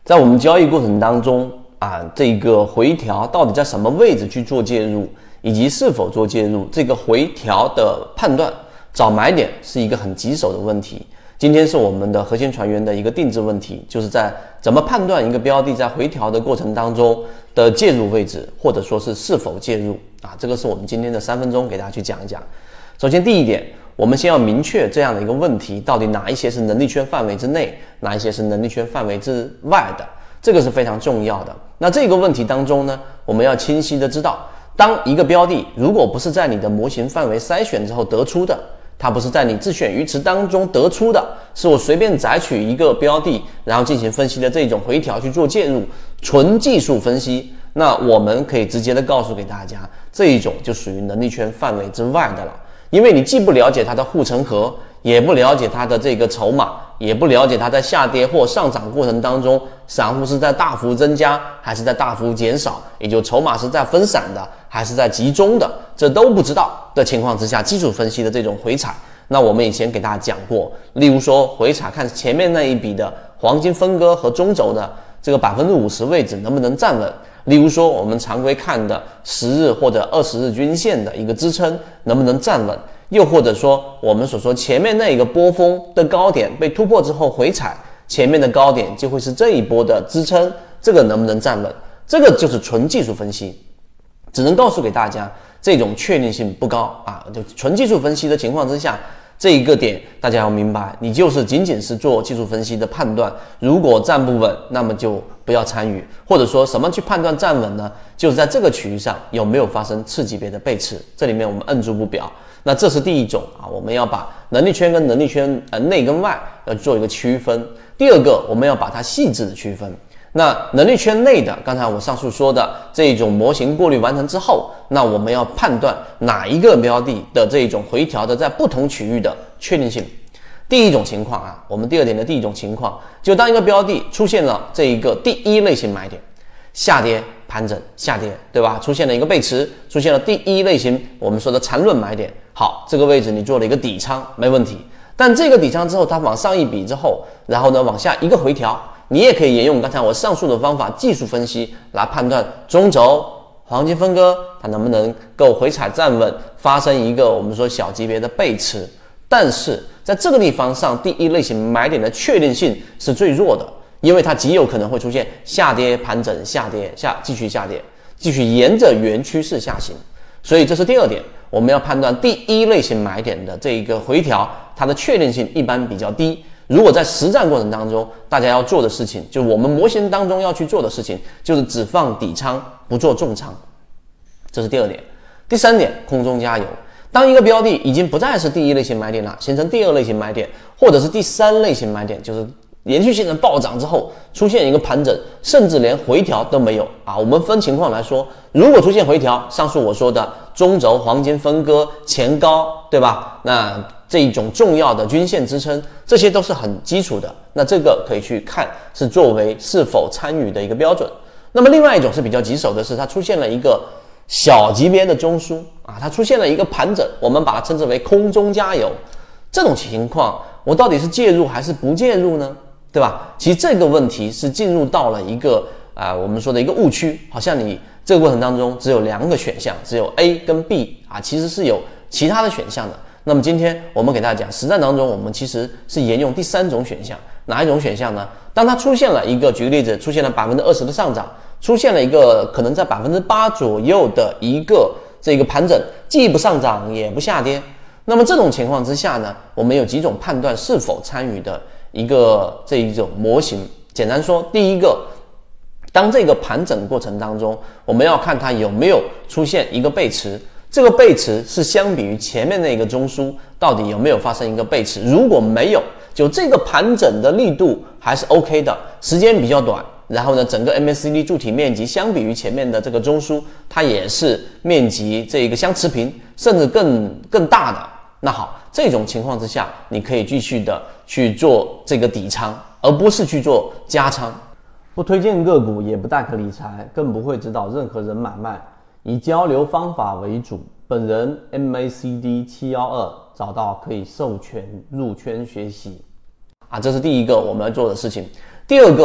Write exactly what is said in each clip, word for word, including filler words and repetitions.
在我们交易过程当中啊，这个回调到底在什么位置去做介入，以及是否做介入，这个回调的判断找买点是一个很棘手的问题。今天是我们的核心船员的一个定制问题，就是在怎么判断一个标的在回调的过程当中的介入位置，或者说是是否介入啊，这个是我们今天的三分钟给大家去讲一讲。首先第一点，我们先要明确这样的一个问题，到底哪一些是能力圈范围之内，哪一些是能力圈范围之外的，这个是非常重要的。那这个问题当中呢，我们要清晰的知道，当一个标的如果不是在你的模型范围筛选之后得出的，它不是在你自选鱼池当中得出的，是我随便摘取一个标的，然后进行分析的这种回调去做介入，纯技术分析，那我们可以直接的告诉给大家，这一种就属于能力圈范围之外的了。因为你既不了解它的护城河，也不了解它的这个筹码，也不了解它在下跌或上涨过程当中，散户是在大幅增加还是在大幅减少，也就筹码是在分散的还是在集中的，这都不知道的情况之下，技术分析的这种回踩，那我们以前给大家讲过，例如说回踩看前面那一笔的黄金分割和中轴的这个 百分之五十 位置能不能站稳，例如说我们常规看的十日或者二十日均线的一个支撑能不能站稳，又或者说我们所说前面那一个波峰的高点被突破之后回踩，前面的高点就会是这一波的支撑，这个能不能站稳，这个就是纯技术分析，只能告诉给大家这种确定性不高啊，就纯技术分析的情况之下，这一个点大家要明白，你就是仅仅是做技术分析的判断，如果站不稳，那么就不要参与，或者说什么去判断站稳呢？就是在这个区域上有没有发生次级别的背驰，这里面我们摁住不表。那这是第一种啊，我们要把能力圈跟能力圈呃内跟外要做一个区分。第二个，我们要把它细致的区分。那能力圈内的，刚才我上述说的这种模型过滤完成之后，那我们要判断哪一个标的的这种回调的在不同区域的确定性。第一种情况啊，我们第二点的第一种情况，就当一个标的出现了这一个第一类型买点，下跌盘整下跌，对吧？出现了一个背驰，出现了第一类型我们说的缠论买点，好，这个位置你做了一个底仓没问题，但这个底仓之后它往上一笔之后，然后呢往下一个回调，你也可以沿用刚才我上述的方法，技术分析来判断中轴黄金分割它能不能够回踩站稳，发生一个我们说小级别的背驰。但是在这个地方上，第一类型买点的确定性是最弱的，因为它极有可能会出现下跌盘整下跌下继续下跌，继续沿着原趋势下行。所以这是第二点，我们要判断第一类型买点的这一个回调，它的确定性一般比较低。如果在实战过程当中，大家要做的事情，就我们模型当中要去做的事情，就是只放底仓，不做重仓。这是第二点。第三点，空中加油。当一个标的已经不再是第一类型买点了，形成第二类型买点，或者是第三类型买点，就是连续性的暴涨之后出现一个盘整，甚至连回调都没有啊。我们分情况来说，如果出现回调，上述我说的中轴黄金分割前高，对吧？那这一种重要的均线支撑，这些都是很基础的，那这个可以去看是作为是否参与的一个标准。那么另外一种是比较棘手的是，它出现了一个小级别的中枢啊，它出现了一个盘整，我们把它称之为空中加油。这种情况，我到底是介入还是不介入呢？对吧？其实这个问题是进入到了一个啊、呃，我们说的一个误区，好像你这个过程当中只有两个选项，只有 A 跟 B 啊，其实是有其他的选项的。那么今天我们给大家讲，实战当中我们其实是沿用第三种选项，哪一种选项呢？当它出现了一个，举个例子，出现了 百分之二十 的上涨，出现了一个可能在 百分之八 左右的一个这个盘整，既不上涨也不下跌。那么这种情况之下呢，我们有几种判断是否参与的一个这一种模型。简单说，第一个，当这个盘整过程当中，我们要看它有没有出现一个背驰，这个背驰是相比于前面那个中枢到底有没有发生一个背驰，如果没有，就这个盘整的力度还是 OK 的，时间比较短，然后呢，整个 M A C D 柱体面积相比于前面的这个中枢，它也是面积这个相持平，甚至更更大的。那好，这种情况之下，你可以继续的去做这个底仓，而不是去做加仓。 不推荐个股，也不代可理财，更不会指导任何人买卖，以交流方法为主。本人 M A C D 七一二，找到可以授权入圈学习。 啊，这是第一个我们要做的事情。第二个，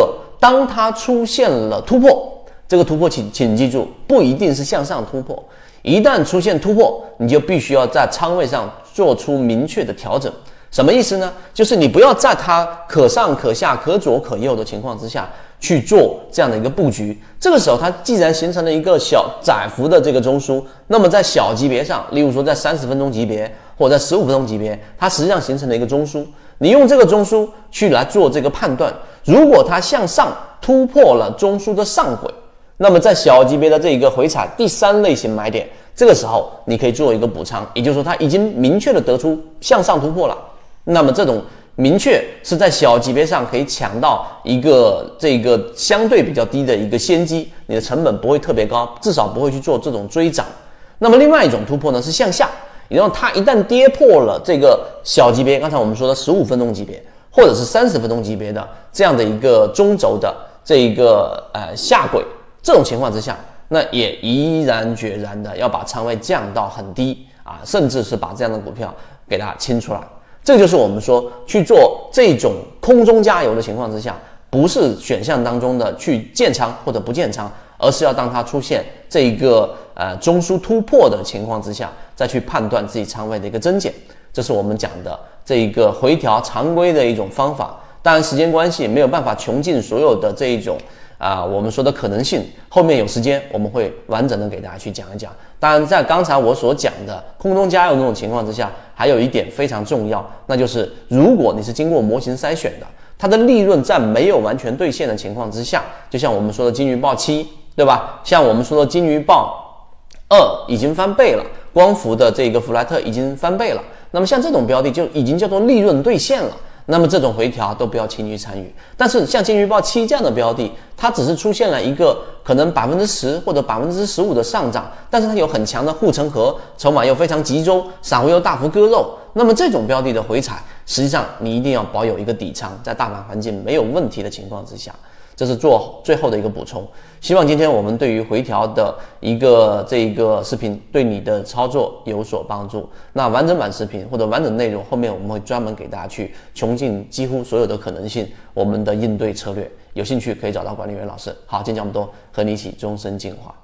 当它出现了突破，这个突破请请记住，不一定是向上突破，一旦出现突破，你就必须要在仓位上做出明确的调整。什么意思呢？就是你不要在它可上可下可左可右的情况之下去做这样的一个布局。这个时候它既然形成了一个小窄幅的这个中枢，那么在小级别上，例如说在三十分钟级别或者在十五分钟级别，它实际上形成了一个中枢，你用这个中枢去来做这个判断，如果它向上突破了中枢的上轨，那么在小级别的这个回踩第三类型买点，这个时候你可以做一个补仓，也就是说它已经明确的得出向上突破了，那么这种明确是在小级别上可以抢到一个这个相对比较低的一个先机，你的成本不会特别高，至少不会去做这种追涨。那么另外一种突破呢是向下，也就是它一旦跌破了这个小级别，刚才我们说的十五分钟级别或者是三十分钟级别的这样的一个中轴的这一个呃下轨，这种情况之下，那也毅然决然的要把仓位降到很低啊，甚至是把这样的股票给它清出来。这就是我们说去做这种空中加油的情况之下，不是选项当中的去建仓或者不建仓，而是要当它出现这个呃中枢突破的情况之下，再去判断自己仓位的一个增减。这是我们讲的这一个回调常规的一种方法。当然时间关系没有办法穷尽所有的这一种啊、呃，我们说的可能性，后面有时间我们会完整的给大家去讲一讲。当然在刚才我所讲的空中加油这种情况之下，还有一点非常重要，那就是如果你是经过模型筛选的，它的利润在没有完全兑现的情况之下，就像我们说的金鱼报七，对吧？像我们说的金鱼报二已经翻倍了，光伏的这个弗莱特已经翻倍了，那么像这种标的就已经叫做利润兑现了，那么这种回调都不要轻易参与。但是像金鱼报七这样的标的，它只是出现了一个可能 百分之十 或者 百分之十五 的上涨，但是它有很强的护城河，筹码又非常集中，散户又大幅割肉，那么这种标的的回踩，实际上你一定要保有一个底仓，在大盘环境没有问题的情况之下。这是做最后的一个补充，希望今天我们对于回调的一个这一个视频对你的操作有所帮助。那完整版视频或者完整内容，后面我们会专门给大家去穷尽几乎所有的可能性，我们的应对策略，有兴趣可以找到管理员老师。好，今天讲这么多，和你一起终身进化。